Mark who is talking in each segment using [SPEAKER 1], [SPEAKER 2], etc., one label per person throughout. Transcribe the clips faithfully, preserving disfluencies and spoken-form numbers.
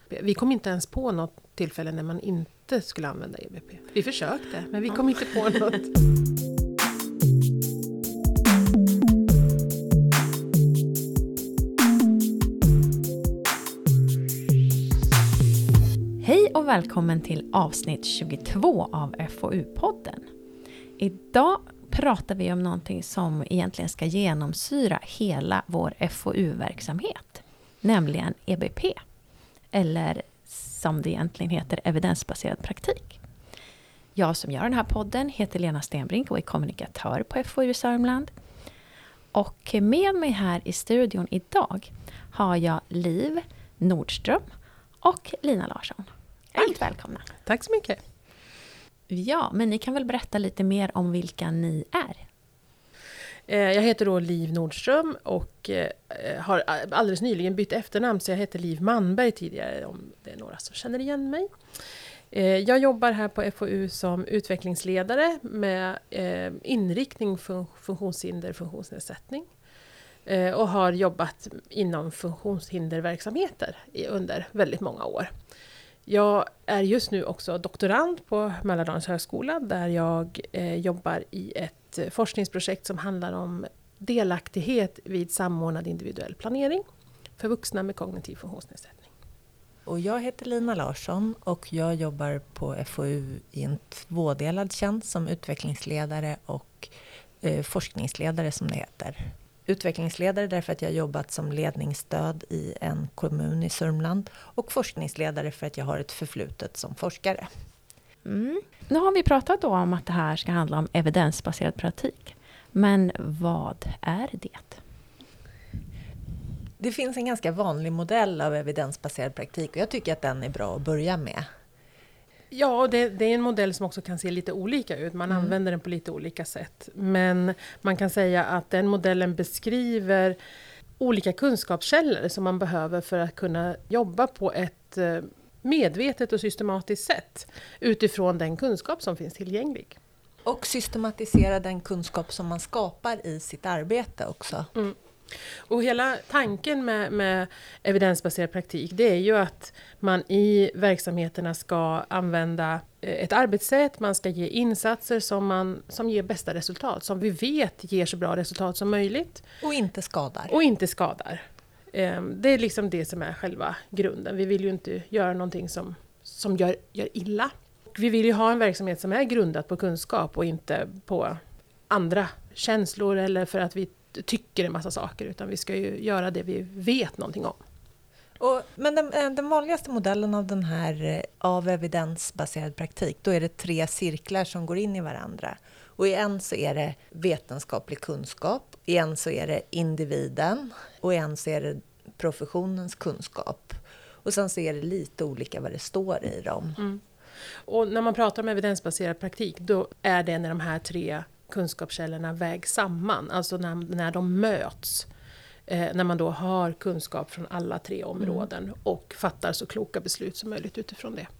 [SPEAKER 1] Vi kom inte ens på något tillfälle när man inte skulle använda E B P. Vi försökte, men vi kom inte på något.
[SPEAKER 2] Hej och välkommen till avsnitt tjugotvå av F O U-podden. Idag pratar vi om någonting som egentligen ska genomsyra hela vår F O U-verksamhet, nämligen E B P, eller som det egentligen heter, evidensbaserad praktik. Jag som gör den här podden heter Lena Stenbrink och är kommunikatör på F O U Sörmland. Och med mig här i studion idag har jag Liv Nordström och Lina Larsson. Varmt välkomna.
[SPEAKER 1] Tack så mycket.
[SPEAKER 2] Ja, men ni kan väl berätta lite mer om vilka ni är?
[SPEAKER 1] Jag heter då Liv Nordström och har alldeles nyligen bytt efternamn, så jag heter Liv Manberg tidigare, om det är några som känner igen mig. Jag jobbar här på F O U som utvecklingsledare med inriktning för funktionshinder, funktionsnedsättning. Och har jobbat inom funktionshinderverksamheter under väldigt många år. Jag är just nu också doktorand på Mälardalens högskola, där jag eh, jobbar i ett forskningsprojekt som handlar om delaktighet vid samordnad individuell planering för vuxna med kognitiv funktionsnedsättning.
[SPEAKER 3] Och jag heter Lina Larsson och jag jobbar på F O U i en tvådelad tjänst som utvecklingsledare och eh, forskningsledare som det heter. Utvecklingsledare därför att jag jobbat som ledningsstöd i en kommun i Sörmland och forskningsledare för att jag har ett förflutet som forskare.
[SPEAKER 2] Mm. Nu har vi pratat då om att det här ska handla om evidensbaserad praktik. Men vad är det?
[SPEAKER 3] Det finns en ganska vanlig modell av evidensbaserad praktik och jag tycker att den är bra att börja med.
[SPEAKER 1] Ja, det, det är en modell som också kan se lite olika ut. Man mm. använder den på lite olika sätt. Men man kan säga att den modellen beskriver olika kunskapskällor som man behöver för att kunna jobba på ett medvetet och systematiskt sätt utifrån den kunskap som finns tillgänglig.
[SPEAKER 3] Och systematisera den kunskap som man skapar i sitt arbete också.
[SPEAKER 1] Mm. Och hela tanken med, med evidensbaserad praktik, det är ju att man i verksamheterna ska använda ett arbetssätt, man ska ge insatser som, man, som ger bästa resultat, som vi vet ger så bra resultat som möjligt.
[SPEAKER 3] Och inte skadar.
[SPEAKER 1] Och inte skadar. Det är liksom det som är själva grunden. Vi vill ju inte göra någonting som, som gör, gör illa. Vi vill ju ha en verksamhet som är grundad på kunskap och inte på andra känslor eller för att vi tycker en massa saker, utan vi ska ju göra det vi vet någonting om.
[SPEAKER 3] Och, men den, den vanligaste modellen av den här av evidensbaserad praktik, då är det tre cirklar som går in i varandra. Och i en så är det vetenskaplig kunskap, i en så är det individen och i en så är det professionens kunskap. Och sen så är det lite olika vad det står i dem.
[SPEAKER 1] Mm. Och när man pratar om evidensbaserad praktik, då är det när de här tre kunskapskällorna vägs samman, alltså när, när de möts, eh, när man då har kunskap från alla tre områden mm. och fattar så kloka beslut som möjligt utifrån det.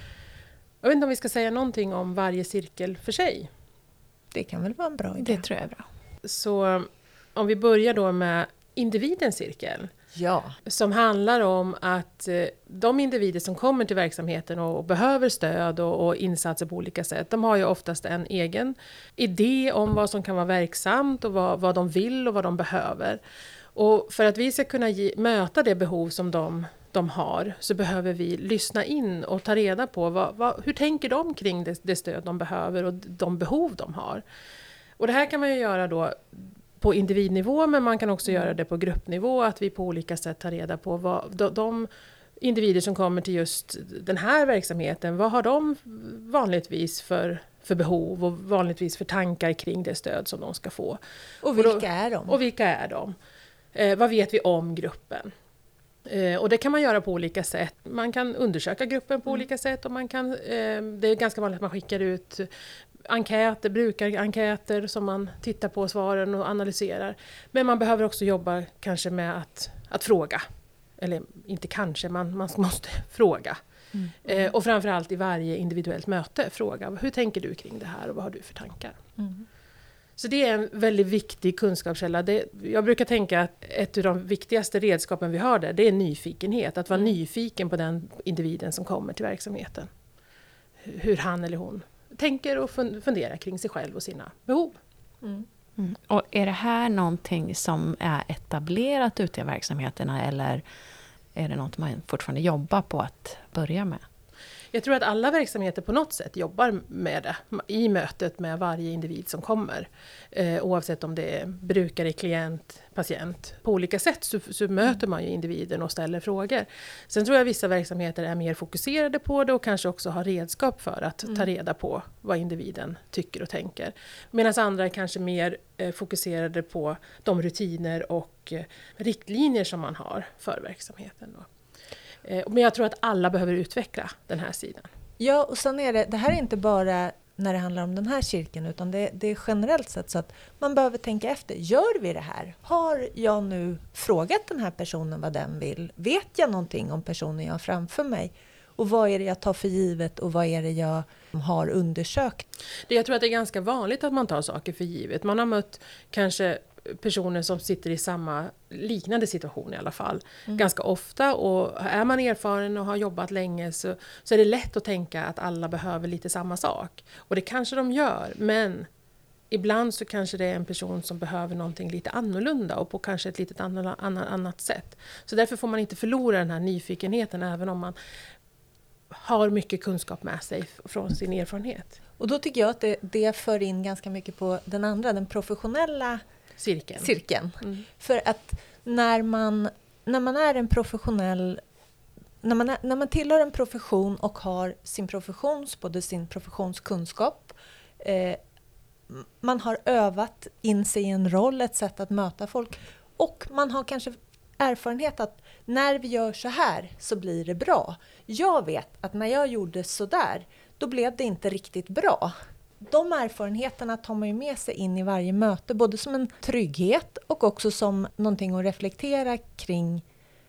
[SPEAKER 1] Jag vet inte om vi ska säga någonting om varje cirkel för sig.
[SPEAKER 3] Det kan väl vara en bra idé.
[SPEAKER 2] Det tror jag är bra.
[SPEAKER 1] Så om vi börjar då med individens cirkel.
[SPEAKER 3] Ja.
[SPEAKER 1] Som handlar om att de individer som kommer till verksamheten och behöver stöd och, och insatser på olika sätt, de har ju oftast en egen idé om vad som kan vara verksamt och vad, vad de vill och vad de behöver. Och för att vi ska kunna ge, möta det behov som de, de har, så behöver vi lyssna in och ta reda på vad, vad, hur tänker de kring det, det stöd de behöver och de behov de har. Och det här kan man ju göra då på individnivå, men man kan också mm. göra det på gruppnivå, att vi på olika sätt tar reda på vad de, de individer som kommer till just den här verksamheten, vad har de vanligtvis för, för behov och vanligtvis för tankar kring det stöd som de ska få.
[SPEAKER 3] Och vilka och då, är de?
[SPEAKER 1] Och vilka är de? Eh, vad vet vi om gruppen? Eh, och det kan man göra på olika sätt. Man kan undersöka gruppen på mm. olika sätt och man kan, eh, det är ganska vanligt att man skickar ut enkäter, brukarenkäter som man tittar på svaren och analyserar. Men man behöver också jobba kanske med att, att fråga. Eller inte kanske, man, man måste fråga. Mm. Eh, och framförallt i varje individuellt möte fråga, hur tänker du kring det här och vad har du för tankar? Mm. Så det är en väldigt viktig kunskapskälla. Det, jag brukar tänka att ett av de viktigaste redskapen vi har där, det är nyfikenhet. Att vara mm. nyfiken på den individen som kommer till verksamheten. Hur han eller hon tänker och funderar kring sig själv och sina behov.
[SPEAKER 2] Mm. Mm. Och är det här någonting som är etablerat ute i verksamheterna eller är det något man fortfarande jobbar på att börja med?
[SPEAKER 1] Jag tror att alla verksamheter på något sätt jobbar med det i mötet med varje individ som kommer. Eh, oavsett om det är brukare, klient, patient. På olika sätt så, så möter man ju individen och ställer frågor. Sen tror jag att vissa verksamheter är mer fokuserade på det och kanske också har redskap för att mm. ta reda på vad individen tycker och tänker. Medan andra är kanske mer eh, fokuserade på de rutiner och eh, riktlinjer som man har för verksamheten då. Men jag tror att alla behöver utveckla den här sidan.
[SPEAKER 3] Ja, och sen är det, det här är inte bara när det handlar om den här cirkeln utan det, det är generellt sett så att man behöver tänka efter. Gör vi det här? Har jag nu frågat den här personen vad den vill? Vet jag någonting om personen jag har framför mig? Och vad är det jag tar för givet och vad är det jag har undersökt?
[SPEAKER 1] Det, jag tror att det är ganska vanligt att man tar saker för givet. Man har mött kanske personer som sitter i samma liknande situation i alla fall. Mm. Ganska ofta, och är man erfaren och har jobbat länge så, så är det lätt att tänka att alla behöver lite samma sak. Och det kanske de gör, men ibland så kanske det är en person som behöver någonting lite annorlunda och på kanske ett lite annan, annan, annat sätt. Så därför får man inte förlora den här nyfikenheten även om man har mycket kunskap med sig från sin erfarenhet.
[SPEAKER 3] Och då tycker jag att det, det för in ganska mycket på den andra, den professionella
[SPEAKER 1] cirkeln.
[SPEAKER 3] cirkeln. Mm. För att när man, när man är en professionell, när man, är, när man tillhör en profession och har sin professions, både sin professionskunskap, eh, man har övat in sig i en roll, ett sätt att möta folk och man har kanske erfarenhet att när vi gör så här så blir det bra. Jag vet att när jag gjorde så där, då blev det inte riktigt bra. De erfarenheterna tar man ju med sig in i varje möte, både som en trygghet och också som någonting att reflektera kring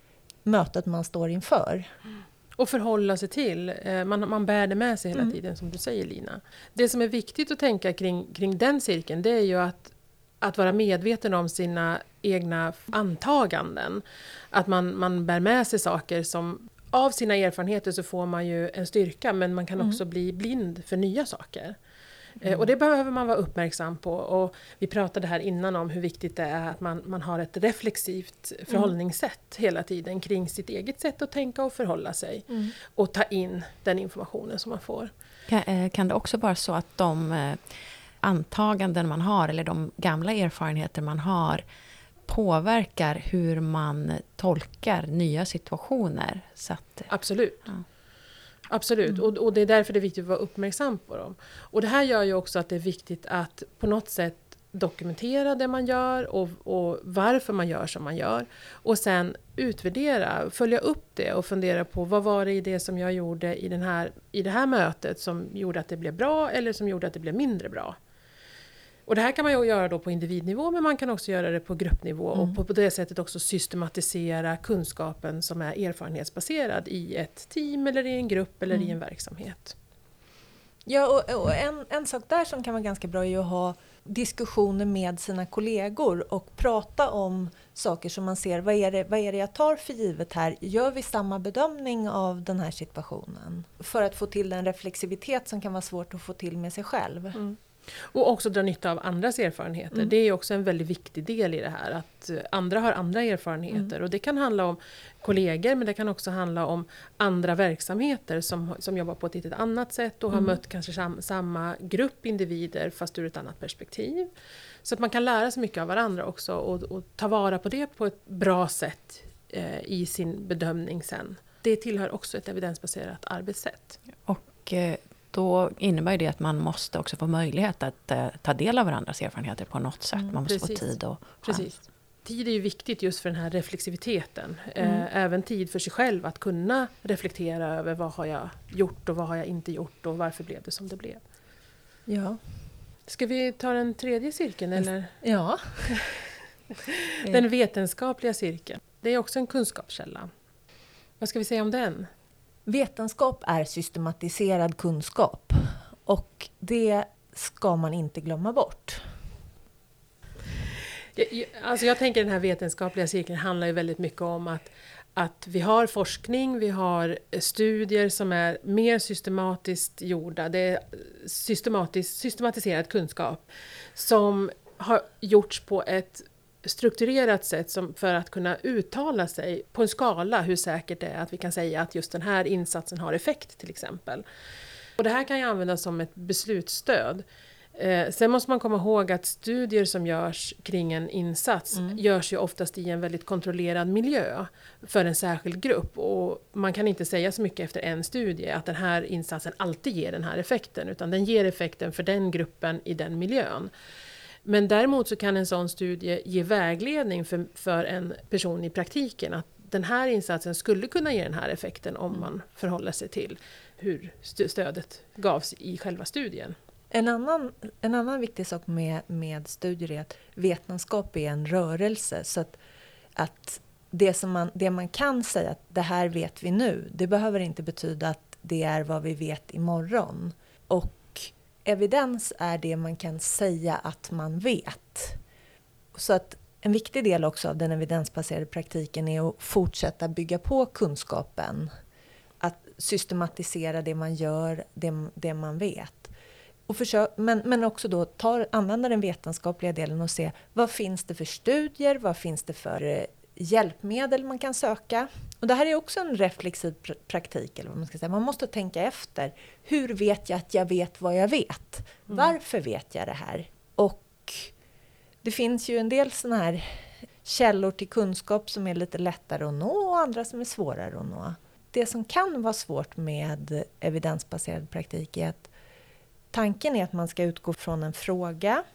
[SPEAKER 3] mötet man står inför.
[SPEAKER 1] Och förhålla sig till. Man, man bär det med sig hela mm. tiden, som du säger, Lina. Det som är viktigt att tänka kring, kring den cirkeln, det är ju att, att vara medveten om sina egna antaganden. Att man, man bär med sig saker som... Av sina erfarenheter så får man ju en styrka, men man kan mm. också bli blind för nya saker. Mm. Och det behöver man vara uppmärksam på. Och vi pratade här innan om hur viktigt det är att man, man har ett reflexivt förhållningssätt mm. hela tiden kring sitt eget sätt att tänka och förhålla sig. Mm. Och ta in den informationen som man får.
[SPEAKER 2] Kan, kan det också vara så att de antaganden man har eller de gamla erfarenheter man har påverkar hur man tolkar nya situationer? Så att,
[SPEAKER 1] Absolut.
[SPEAKER 2] Ja.
[SPEAKER 1] Absolut, mm. och, och det är därför det är viktigt att vara uppmärksam på dem. Och det här gör ju också att det är viktigt att på något sätt dokumentera det man gör och, och varför man gör som man gör. Och sen utvärdera, följa upp det och fundera på vad var det i det som jag gjorde i, den här, i det här mötet som gjorde att det blev bra eller som gjorde att det blev mindre bra. Och det här kan man ju göra då på individnivå, men man kan också göra det på gruppnivå mm. och på, på det sättet också systematisera kunskapen som är erfarenhetsbaserad i ett team eller i en grupp eller mm. i en verksamhet.
[SPEAKER 3] Ja, och, och en, en sak där som kan vara ganska bra är att ha diskussioner med sina kollegor och prata om saker som man ser, vad är det, vad är det jag tar för givet här? Gör vi samma bedömning av den här situationen? För att få till den reflexivitet som kan vara svårt att få till med sig själv.
[SPEAKER 1] Mm. Och också dra nytta av andras erfarenheter. Mm. Det är också en väldigt viktig del i det här. Att andra har andra erfarenheter. Mm. Och det kan handla om kollegor, men det kan också handla om andra verksamheter som, som jobbar på ett lite annat sätt och har mm. mött kanske sam, samma grupp individer fast ur ett annat perspektiv. Så att man kan lära sig mycket av varandra också och, och ta vara på det på ett bra sätt eh, i sin bedömning sen. Det tillhör också ett evidensbaserat arbetssätt.
[SPEAKER 2] Och... Eh, Då innebär det att man måste också få möjlighet att eh, ta del av varandras erfarenheter på något sätt. Man måste
[SPEAKER 1] Precis.
[SPEAKER 2] få tid och
[SPEAKER 1] Precis. Tid är ju viktigt just för den här reflexiviteten. Mm. Eh, även tid för sig själv att kunna reflektera över vad har jag gjort och vad har jag inte gjort och varför blev det som det blev.
[SPEAKER 3] Ja.
[SPEAKER 1] Ska vi ta den tredje cirkeln? Eller?
[SPEAKER 3] Ja.
[SPEAKER 1] Den vetenskapliga cirkeln. Det är också en kunskapskälla. Vad ska vi säga om den?
[SPEAKER 3] Vetenskap är systematiserad kunskap och det ska man inte glömma bort.
[SPEAKER 1] Jag, alltså jag tänker den här vetenskapliga cirkeln handlar ju väldigt mycket om att, att vi har forskning, vi har studier som är mer systematiskt gjorda. Det är systematiskt, systematiserad kunskap som har gjorts på ett strukturerat sätt som för att kunna uttala sig på en skala hur säkert det är att vi kan säga att just den här insatsen har effekt till exempel. Och det här kan ju användas som ett beslutsstöd. Eh, sen måste man komma ihåg att studier som görs kring en insats mm. görs ju oftast i en väldigt kontrollerad miljö för en särskild grupp. Och man kan inte säga så mycket efter en studie att den här insatsen alltid ger den här effekten, utan den ger effekten för den gruppen i den miljön. Men däremot så kan en sån studie ge vägledning för, för en person i praktiken att den här insatsen skulle kunna ge den här effekten om man förhåller sig till hur stödet gavs i själva studien.
[SPEAKER 3] En annan, en annan viktig sak med, med studier är att vetenskap är en rörelse. Så att, att det, som man, det man kan säga att det här vet vi nu, det behöver inte betyda att det är vad vi vet imorgon. Och evidens är det man kan säga att man vet. Så att en viktig del också av den evidensbaserade praktiken är att fortsätta bygga på kunskapen. Att systematisera det man gör, det, det man vet. Och försök, men, men också då ta, använda den vetenskapliga delen och se vad finns det för studier, vad finns det för hjälpmedel man kan söka. Och det här är också en reflexiv pr- praktik. Eller vad man ska säga. Man måste tänka efter. Hur vet jag att jag vet vad jag vet? Mm. Varför vet jag det här? Och det finns ju en del såna här källor till kunskap som är lite lättare att nå och andra som är svårare att nå. Det som kan vara svårt med evidensbaserad praktik är att tanken är att man ska utgå från en fråga,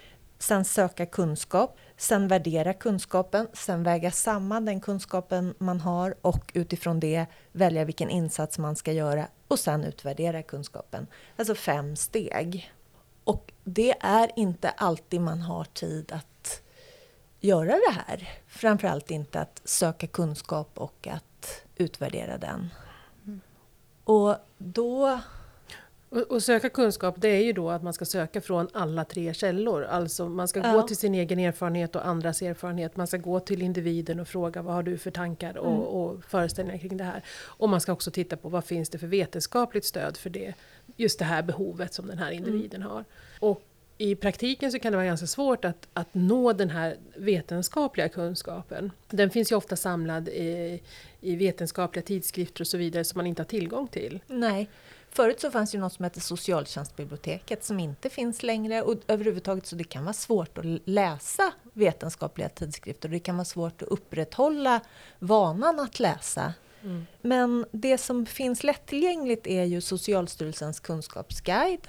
[SPEAKER 3] sen söka kunskap, sen värdera kunskapen, sen väga samman den kunskapen man har och utifrån det välja vilken insats man ska göra och sen utvärdera kunskapen. Alltså fem steg. Och det är inte alltid man har tid att göra det här. Framförallt inte att söka kunskap och att utvärdera den. Mm. Och då...
[SPEAKER 1] Och söka kunskap, det är ju då att man ska söka från alla tre källor. Alltså man ska ja. gå till sin egen erfarenhet och andras erfarenhet. Man ska gå till individen och fråga vad har du för tankar och, mm. och föreställningar kring det här. Och man ska också titta på vad finns det för vetenskapligt stöd för det. Just det här behovet som den här individen mm. har. Och i praktiken så kan det vara ganska svårt att, att nå den här vetenskapliga kunskapen. Den finns ju ofta samlad i, i vetenskapliga tidskrifter och så vidare som man inte har tillgång till.
[SPEAKER 3] Nej. Förut så fanns ju något som heter socialtjänstbiblioteket som inte finns längre och överhuvudtaget så det kan vara svårt att läsa vetenskapliga tidskrifter och det kan vara svårt att upprätthålla vanan att läsa. Mm. Men det som finns lättillgängligt är ju Socialstyrelsens kunskapsguide,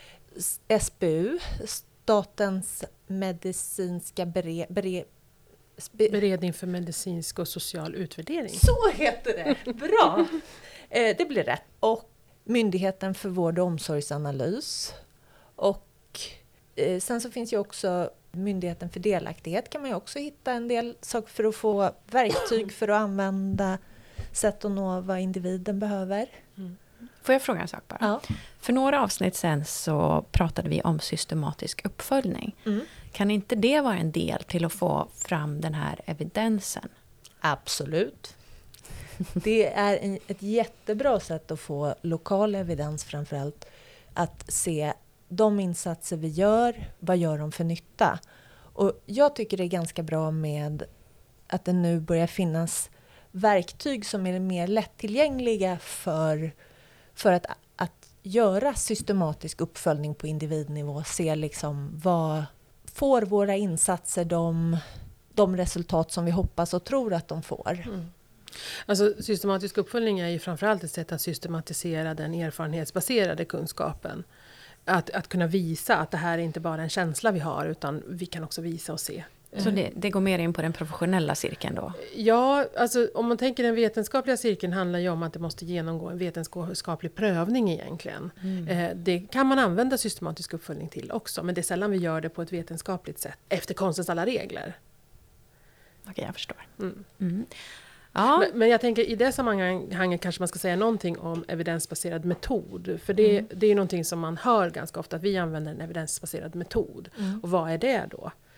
[SPEAKER 3] S B U, Statens medicinska bere, bere,
[SPEAKER 1] be, beredning för medicinsk och social utvärdering.
[SPEAKER 3] Så heter det, bra! eh, det blir rätt. Och Myndigheten för vård- och omsorgsanalys. Och eh, sen så finns ju också Myndigheten för delaktighet kan man ju också hitta en del saker för att få verktyg för att använda sätt att nå vad individen behöver.
[SPEAKER 2] Mm. Får jag fråga en sak bara?
[SPEAKER 3] Ja.
[SPEAKER 2] För några avsnitt sen så pratade vi om systematisk uppföljning.
[SPEAKER 3] Mm.
[SPEAKER 2] Kan inte det vara en del till att få fram den här evidensen?
[SPEAKER 3] Absolut. Det är en, ett jättebra sätt att få lokal evidens framförallt. Att se de insatser vi gör, vad gör de för nytta? Och jag tycker det är ganska bra med att det nu börjar finnas verktyg som är mer lättillgängliga för, för att, att göra systematisk uppföljning på individnivå. Se liksom vad får våra insatser de, de resultat som vi hoppas och tror att de får.
[SPEAKER 1] Mm. Alltså systematisk uppföljning är ju framförallt ett sätt att systematisera den erfarenhetsbaserade kunskapen. Att, att kunna visa att det här är inte bara en känsla vi har utan vi kan också visa och se.
[SPEAKER 2] Så det, det går mer in på den professionella cirkeln då?
[SPEAKER 1] Ja, alltså om man tänker den vetenskapliga cirkeln handlar ju om att det måste genomgå en vetenskaplig prövning egentligen. Mm. Eh, det kan man använda systematisk uppföljning till också, men det är sällan vi gör det på ett vetenskapligt sätt efter konstens alla regler.
[SPEAKER 2] Okej, jag förstår.
[SPEAKER 1] Mm.
[SPEAKER 2] Mm. Ja.
[SPEAKER 1] Men, men jag tänker i det sammanhanget kanske man ska säga någonting om evidensbaserad metod. För det, mm. det är någonting som man hör ganska ofta, att vi använder en evidensbaserad metod. Mm. Och vad är det då?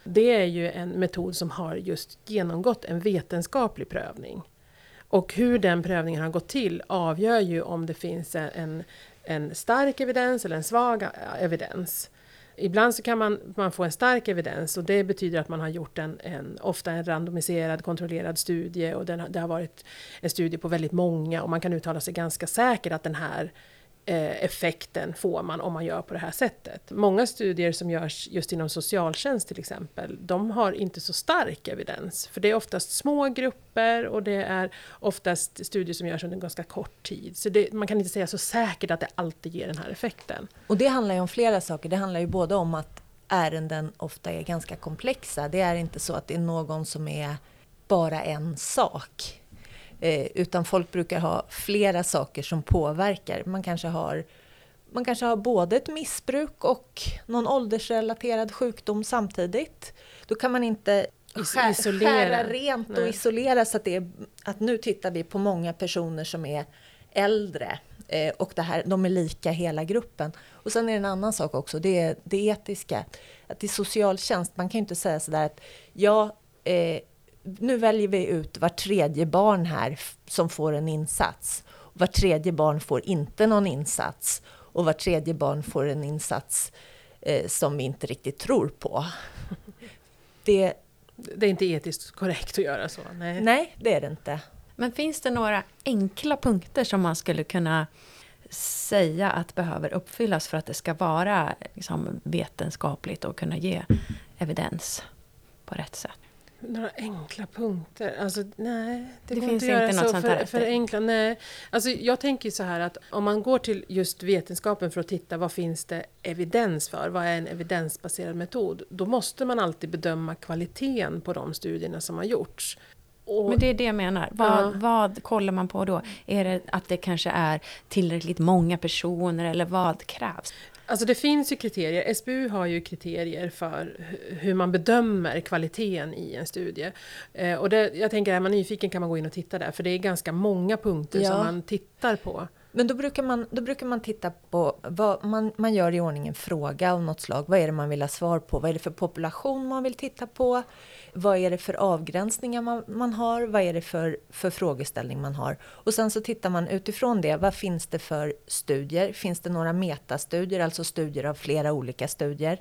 [SPEAKER 1] Det är ju en metod som har just genomgått en vetenskaplig prövning. Och hur den prövningen har gått till avgör ju om det finns en, en stark evidens eller en svag evidens. Ibland så kan man, man få en stark evidens och det betyder att man har gjort en, en ofta en randomiserad, kontrollerad studie och den, det har varit en studie på väldigt många och man kan uttala sig ganska säkert att den här eh, effekten får man om man gör på det här sättet. Många studier som görs just inom socialtjänst till exempel, de har inte så stark evidens för det är oftast små grupper och det är oftast studier som görs under en ganska kort tid. Så det, man kan inte säga så säkert att det alltid ger den här effekten.
[SPEAKER 3] Och det handlar ju om flera saker. Det handlar ju både om att ärenden ofta är ganska komplexa. Det är inte så att det är någon som är bara en sak. Eh, utan folk brukar ha flera saker som påverkar. Man kanske har, man kanske har både ett missbruk och någon åldersrelaterad sjukdom samtidigt. Då kan man inte skär,
[SPEAKER 1] isolera.
[SPEAKER 3] skära rent och
[SPEAKER 1] Nej.
[SPEAKER 3] isolera så att, det är, att nu tittar vi på många personer som är äldre. Eh, och det här, de är lika hela gruppen. Och sen är det en annan sak också. Det är det etiska. Att i socialtjänst, man kan ju inte säga sådär att ja, eh, nu väljer vi ut var tredje barn här f- som får en insats. Och var tredje barn får inte någon insats. Och var tredje barn får en insats eh, som vi inte riktigt tror på. Det,
[SPEAKER 1] Det är inte etiskt korrekt att göra så. Nej.
[SPEAKER 3] nej, det är det inte.
[SPEAKER 2] Men finns det några enkla punkter som man skulle kunna säga att behöver uppfyllas för att det ska vara liksom, vetenskapligt och kunna ge evidens på rätt sätt?
[SPEAKER 1] Några enkla punkter? Alltså nej, det,
[SPEAKER 2] Det
[SPEAKER 1] går
[SPEAKER 2] finns
[SPEAKER 1] inte att göra
[SPEAKER 2] inte något
[SPEAKER 1] så
[SPEAKER 2] sånt
[SPEAKER 1] för,
[SPEAKER 2] här
[SPEAKER 1] för
[SPEAKER 2] efter.
[SPEAKER 1] enkla. Nej. Alltså jag tänker så här att om man går till just vetenskapen för att titta vad finns det evidens för, vad är en evidensbaserad metod, då måste man alltid bedöma kvaliteten på de studierna som har gjorts. Och,
[SPEAKER 2] Men det är det jag menar. Vad,
[SPEAKER 1] Ja.
[SPEAKER 2] vad kollar man på då? Är det att det kanske är tillräckligt många personer eller vad krävs?
[SPEAKER 1] Alltså det finns ju kriterier, S B U har ju kriterier för hu- hur man bedömer kvaliteten i en studie. Eh, och det, jag tänker, är man nyfiken kan man gå in och titta där, för det är ganska många punkter
[SPEAKER 3] Ja.
[SPEAKER 1] som man tittar på.
[SPEAKER 3] Men då brukar man, då brukar man titta på vad man, man gör i ordning en fråga av något slag. Vad är det man vill ha svar på? Vad är det för population man vill titta på? Vad är det för avgränsningar man, man har? Vad är det för, för frågeställning man har? Och sen så tittar man utifrån det. Vad finns det för studier? Finns det några metastudier, alltså studier av flera olika studier?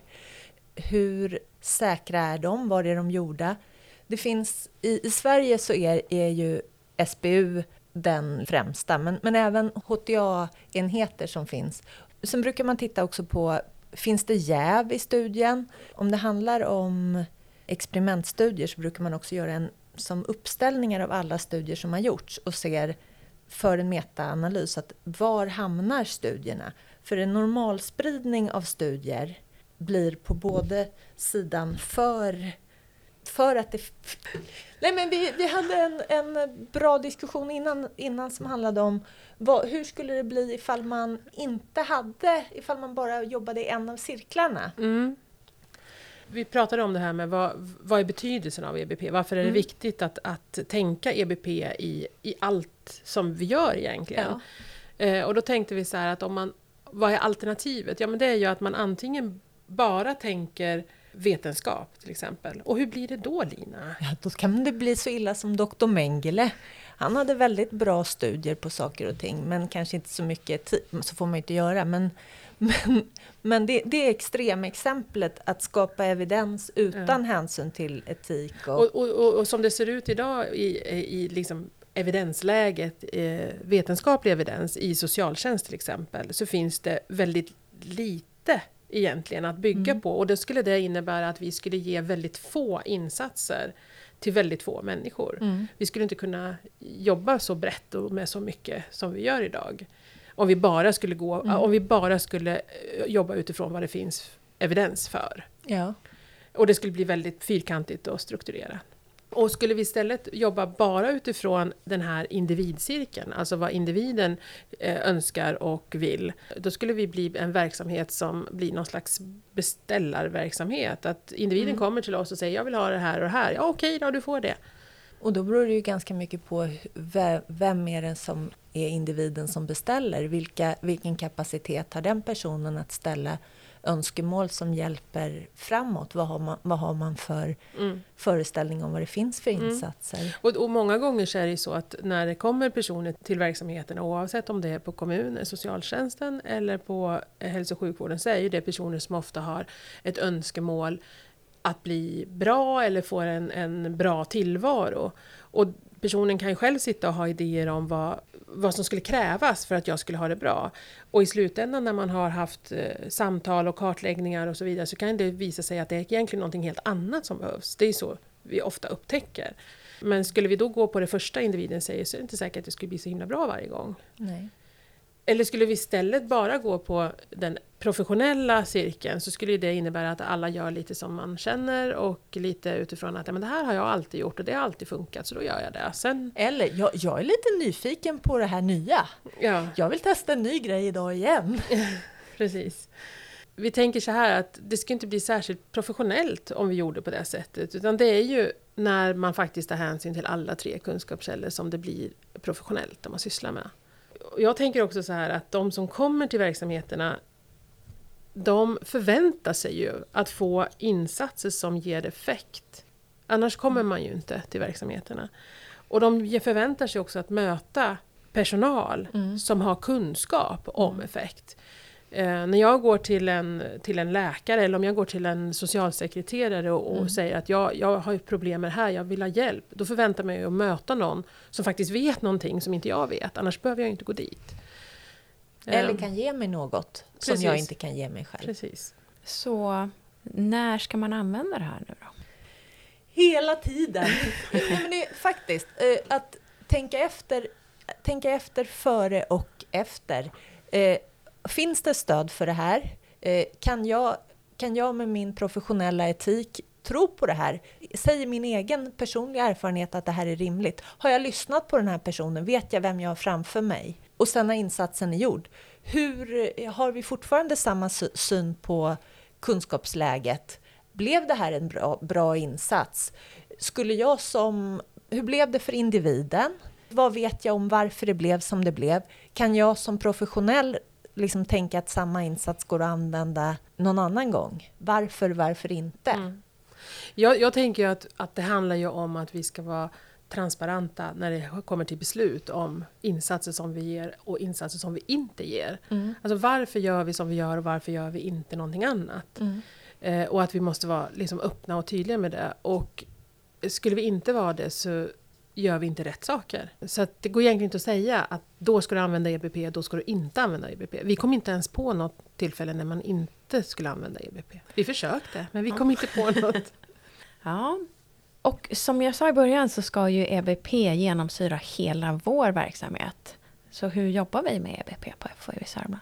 [SPEAKER 3] Hur säkra är de? Var är de gjorda? Det finns, i, i Sverige så är, är ju S B U den främsta, men, men även H T A-enheter som finns. Sen brukar man titta också på, finns det jäv i studien? Om det handlar om experimentstudier så brukar man också göra en som uppställningar av alla studier som har gjorts och ser för en metaanalys att var hamnar studierna? För en normalspridning av studier blir på både sidan för För att det... Nej, men vi, vi hade en, en bra diskussion innan, innan som handlade om vad, hur skulle det bli ifall man inte hade, ifall man bara jobbade i en av cirklarna.
[SPEAKER 1] Mm. Vi pratade om det här med vad, vad är betydelsen av E B P? Varför är det
[SPEAKER 3] Mm.
[SPEAKER 1] viktigt att, att tänka E B P i, i allt som vi gör egentligen?
[SPEAKER 3] Ja.
[SPEAKER 1] Eh, och då tänkte vi så här att om man, vad är alternativet? Ja, men det är ju att man antingen bara tänker vetenskap till exempel. Och hur blir det då, Lina?
[SPEAKER 3] Ja, då kan det bli så illa som doktor Mengele. Han hade väldigt bra studier på saker och ting, men kanske inte så mycket tid, så får man inte göra. Men, men, men det, det är extremexemplet att skapa evidens utan
[SPEAKER 1] Ja.
[SPEAKER 3] hänsyn till etik. Och,
[SPEAKER 1] Och, och, och, och som det ser ut idag i, i liksom evidensläget, eh, vetenskaplig evidens i socialtjänst till exempel, så finns det väldigt lite egentligen att bygga
[SPEAKER 3] Mm.
[SPEAKER 1] på. Och det skulle det innebära att vi skulle ge väldigt få insatser till väldigt få människor.
[SPEAKER 3] Mm.
[SPEAKER 1] Vi skulle inte kunna jobba så brett och med så mycket som vi gör idag. Om vi bara skulle, gå,
[SPEAKER 3] Mm.
[SPEAKER 1] om vi bara skulle eh, jobba utifrån vad det finns evidens för.
[SPEAKER 3] Ja.
[SPEAKER 1] Och det skulle bli väldigt fyrkantigt och strukturerat. Och skulle vi istället jobba bara utifrån den här individcirkeln, alltså vad individen eh, önskar och vill, då skulle vi bli en verksamhet som blir någon slags beställarverksamhet. Att individen
[SPEAKER 3] Mm.
[SPEAKER 1] kommer till oss och säger jag vill ha det här och det här. Ja, okej då, du får det.
[SPEAKER 3] Och då beror det ju ganska mycket på ve- vem är det som är individen som beställer. Vilka, vilken kapacitet har den personen att ställa önskemål som hjälper framåt. Vad har man, vad har man för mm. föreställning om vad det finns för insatser? Mm.
[SPEAKER 1] Och, och många gånger så är det så att när det kommer personer till verksamheten, oavsett om det är på kommunen, socialtjänsten eller på hälso- och sjukvården, så är ju det personer som ofta har ett önskemål att bli bra eller få en, en bra tillvaro. Och personen kan ju själv sitta och ha idéer om vad, vad som skulle krävas för att jag skulle ha det bra. Och i slutändan när man har haft eh, samtal och kartläggningar och så vidare, så kan det visa sig att det är egentligen någonting helt annat som behövs. Det är så vi ofta upptäcker. Men skulle vi då gå på det första individen säger, så är det inte säkert att det skulle bli så himla bra varje gång.
[SPEAKER 3] Nej.
[SPEAKER 1] Eller skulle vi istället bara gå på den professionella cirkeln, så skulle det innebära att alla gör lite som man känner och lite utifrån att ja, men det här har jag alltid gjort och det har alltid funkat, så då gör jag det. Sen...
[SPEAKER 3] Eller jag, jag är lite nyfiken på det här nya.
[SPEAKER 1] Ja.
[SPEAKER 3] Jag vill testa en ny grej idag igen.
[SPEAKER 1] Precis. Vi tänker så här att det ska inte bli särskilt professionellt om vi gjorde på det sättet, utan det är ju när man faktiskt tar hänsyn till alla tre kunskapskällor som det blir professionellt om man sysslar med. Jag tänker också så här att de som kommer till verksamheterna, de förväntar sig ju att få insatser som ger effekt. Annars kommer man ju inte till verksamheterna. Och de förväntar sig också att möta personal mm. som har kunskap om effekt. Eh, när jag går till en, till en läkare eller om jag går till en socialsekreterare och, och mm. säger att jag, jag har ett problem med det här, jag vill ha hjälp. Då förväntar mig att möta någon som faktiskt vet någonting som inte jag vet. Annars behöver jag inte gå dit.
[SPEAKER 3] Eller kan ge mig något Precis. Som jag inte kan ge mig själv.
[SPEAKER 1] Precis.
[SPEAKER 2] Så när ska man använda det här nu då?
[SPEAKER 3] Hela tiden. Nej, men det är faktiskt eh, att tänka efter, tänka efter före och efter. Eh, Finns det stöd för det här? Eh, kan, jag, kan jag med min professionella etik tro på det här? Säger min egen personliga erfarenhet att det här är rimligt? Har jag lyssnat på den här personen? Vet jag vem jag har framför mig? Och sen när insatsen är gjord. Hur, har vi fortfarande samma syn på kunskapsläget? Blev det här en bra, bra insats? Skulle jag som... Hur blev det för individen? Vad vet jag om varför det blev som det blev? Kan jag som professionell liksom tänka att samma insats går att använda någon annan gång? Varför, varför inte? Mm.
[SPEAKER 1] Jag, jag tänker att, att det handlar ju om att vi ska vara transparenta när det kommer till beslut om insatser som vi ger och insatser som vi inte ger. Mm. Alltså varför gör vi som vi gör och varför gör vi inte någonting annat? Mm. Eh, och att vi måste vara liksom öppna och tydliga med det. Och skulle vi inte vara det så gör vi inte rätt saker. Så att det går egentligen inte att säga att då ska du använda E B P, då ska du inte använda E B P. Vi kom inte ens på något tillfälle när man inte skulle använda E B P. Vi försökte, men vi kom inte på något.
[SPEAKER 2] Ja, och som jag sa i början så ska ju E B P genomsyra hela vår verksamhet. Så hur jobbar vi med E B P på F O U i Sörmland?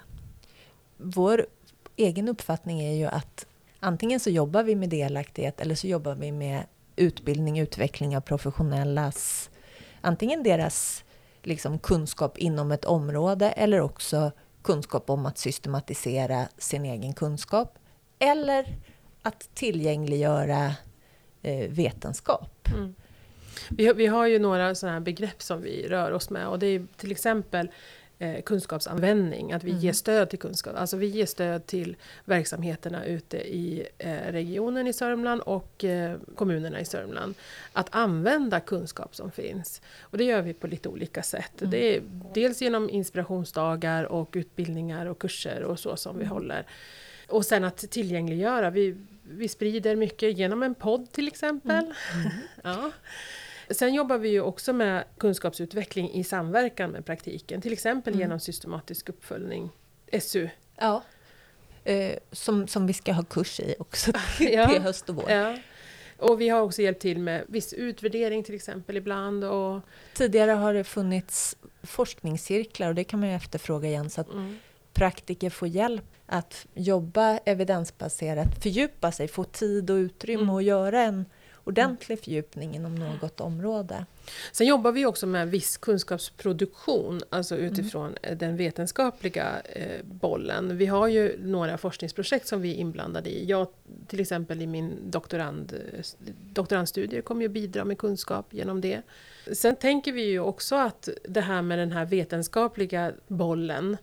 [SPEAKER 3] Vår egen uppfattning är ju att antingen så jobbar vi med delaktighet eller så jobbar vi med utbildning, utveckling av professionellas, antingen deras liksom, kunskap inom ett område eller också kunskap om att systematisera sin egen kunskap eller att tillgängliggöra eh, vetenskap. Mm.
[SPEAKER 1] Vi, vi har ju några sådana här begrepp som vi rör oss med och det är till exempel eh, kunskapsanvändning, att vi mm. ger stöd till kunskap. Alltså vi ger stöd till verksamheterna ute i eh, regionen i Sörmland och eh, kommunerna i Sörmland. Att använda kunskap som finns. Och det gör vi på lite olika sätt. Mm. Det är dels genom inspirationsdagar och utbildningar och kurser och så som vi håller. Och sen att tillgängliggöra. Vi, vi sprider mycket genom en podd till exempel. Mm. Mm. Ja. Sen jobbar vi ju också med kunskapsutveckling i samverkan med praktiken. Till exempel mm. genom systematisk uppföljning. S U.
[SPEAKER 3] Ja, eh, som, som vi ska ha kurs i också till,
[SPEAKER 1] ja.
[SPEAKER 3] till höst och vår.
[SPEAKER 1] Ja. Och vi har också hjälpt till med viss utvärdering till exempel ibland. Och...
[SPEAKER 3] Tidigare har det funnits forskningscirklar och det kan man ju efterfråga igen så att mm. praktiker får hjälp att jobba evidensbaserat, fördjupa sig, få tid och utrymme mm. och göra en ordentlig fördjupning inom något område.
[SPEAKER 1] Sen jobbar vi också med viss kunskapsproduktion, alltså utifrån mm. den vetenskapliga eh, bollen. Vi har ju några forskningsprojekt som vi är inblandade i. Jag till exempel i min doktorand, doktorandstudie kommer ju bidra med kunskap genom det. Sen tänker vi ju också att det här med den här vetenskapliga bollen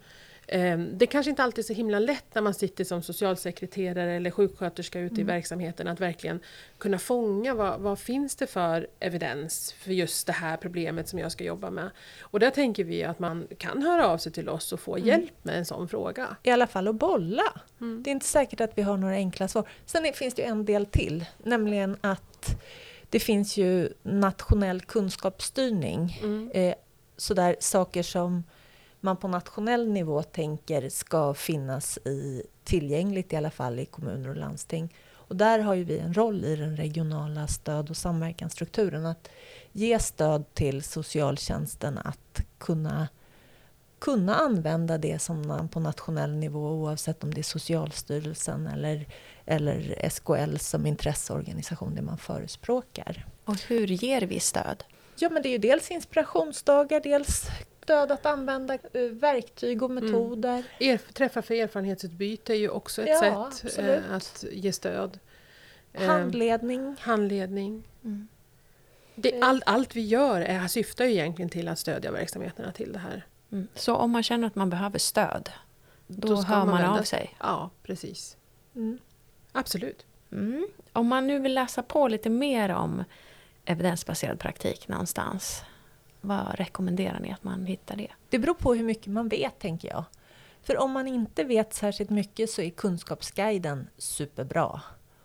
[SPEAKER 1] Det kanske inte alltid är så himla lätt när man sitter som socialsekreterare eller sjuksköterska ute mm. i verksamheten att verkligen kunna fånga vad, vad finns det för evidens för just det här problemet som jag ska jobba med. Och där tänker vi att man kan höra av sig till oss och få mm. hjälp med en sån fråga.
[SPEAKER 3] I alla fall att bolla. Mm. Det är inte säkert att vi har några enkla svar. Sen finns det ju en del till, nämligen att det finns ju nationell kunskapsstyrning. Mm. Eh, sådär saker som man på nationell nivå tänker ska finnas i, tillgängligt i alla fall i kommuner och landsting. Och där har ju vi en roll i den regionala stöd- och samverkansstrukturen att ge stöd till socialtjänsten att kunna, kunna använda det som man på nationell nivå, oavsett om det är Socialstyrelsen eller, eller S K L som intresseorganisation, det man förespråkar.
[SPEAKER 2] Och hur ger vi stöd?
[SPEAKER 3] Ja, men det är ju dels inspirationsdagar, dels stöd att använda verktyg och metoder.
[SPEAKER 1] Mm. Erf- träffar för erfarenhetsutbyte är ju också ett
[SPEAKER 3] ja,
[SPEAKER 1] sätt eh, att ge stöd.
[SPEAKER 3] Handledning.
[SPEAKER 1] Eh, handledning. Mm. Det, all, allt vi gör är, syftar ju egentligen till att stödja verksamheterna till det här.
[SPEAKER 2] Mm. Så om man känner att man behöver stöd, då, då hör man, man av sig?
[SPEAKER 1] Ja, precis. Mm. Absolut.
[SPEAKER 2] Mm. Om man nu vill läsa på lite mer om evidensbaserad praktik någonstans, vad rekommenderar ni att man hittar det?
[SPEAKER 3] Det beror på hur mycket man vet, tänker jag. För om man inte vet särskilt mycket så är kunskapsguiden superbra.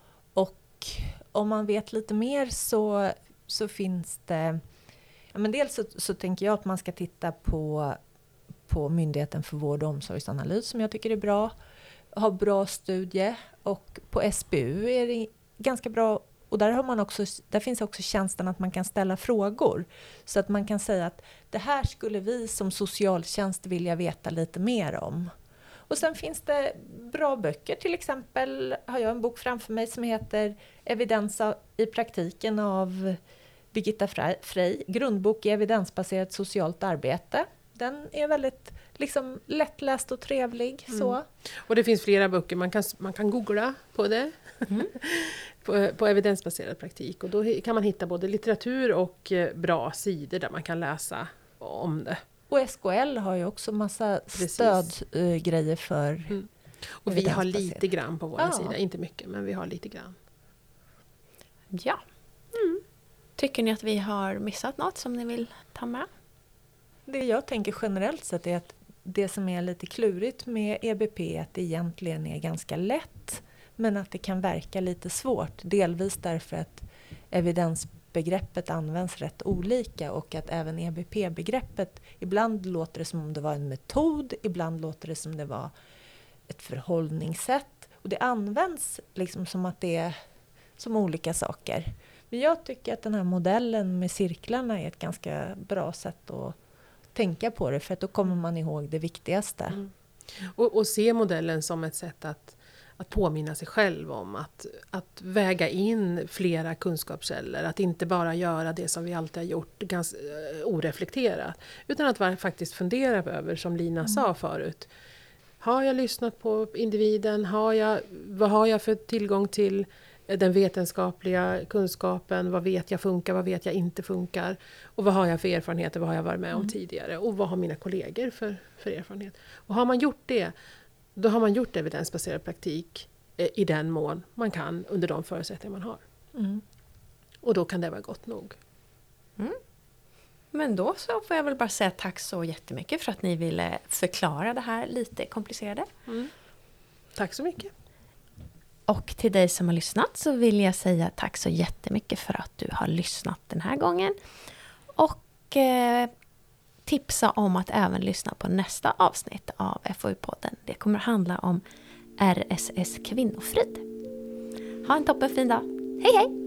[SPEAKER 3] Och om man vet lite mer så, så finns det... Ja, men dels så, så tänker jag att man ska titta på, på Myndigheten för vård- och omsorgsanalys som jag tycker är bra. Ha bra studie. Och på S B U är det ganska bra. Och där, har man också, där finns också tjänsten att man kan ställa frågor. Så att man kan säga att det här skulle vi som socialtjänst vilja veta lite mer om. Och sen finns det bra böcker. Till exempel har jag en bok framför mig som heter Evidens i praktiken av Birgitta Frey. Grundbok i evidensbaserat socialt arbete. Den är väldigt liksom, lättläst och trevlig. Mm. Så.
[SPEAKER 1] Och det finns flera böcker. Man kan, man kan googla på det. Mm. på, på evidensbaserad praktik. Och då kan man hitta både litteratur och bra sidor där man kan läsa om det.
[SPEAKER 3] Och S K L har ju också massa stödgrejer uh, för mm.
[SPEAKER 1] Och vi har lite grann på vår ja. sida. Inte mycket, men vi har lite grann.
[SPEAKER 2] Ja. Mm. Tycker ni att vi har missat något som ni vill ta med?
[SPEAKER 3] Det jag tänker generellt sett är att det som är lite klurigt med E B P är att det egentligen är ganska lätt, men att det kan verka lite svårt. Delvis därför att evidensbegreppet används rätt olika och att även E B P-begreppet, ibland låter det som om det var en metod, ibland låter det som det var ett förhållningssätt. Och det används liksom som att det är som olika saker. Men jag tycker att den här modellen med cirklarna är ett ganska bra sätt att tänka på det, för att då kommer man ihåg det viktigaste. Mm.
[SPEAKER 1] Och, och se modellen som ett sätt att, att påminna sig själv om att, att väga in flera kunskapskällor. Att inte bara göra det som vi alltid har gjort ganska oreflekterat. Utan att faktiskt fundera över, som Lina mm. sa förut. Har jag lyssnat på individen? Har jag, vad har jag för tillgång till den vetenskapliga kunskapen? Vad vet jag funkar? Vad vet jag inte funkar? Och vad har jag för erfarenheter? Vad har jag varit med om mm. tidigare? Och vad har mina kollegor för, för erfarenhet? Och har man gjort det, då har man gjort evidensbaserad praktik eh, i den mån man kan under de förutsättningar man har. Mm. Och då kan det vara gott nog.
[SPEAKER 2] Mm. Men då så får jag väl bara säga tack så jättemycket för att ni ville förklara det här lite komplicerade.
[SPEAKER 1] Mm. Tack så mycket.
[SPEAKER 2] Och till dig som har lyssnat så vill jag säga tack så jättemycket för att du har lyssnat den här gången. Och eh, tipsa om att även lyssna på nästa avsnitt av F O U-podden. Det kommer att handla om R S S kvinnofrid. Ha en toppenfin dag. Hej hej!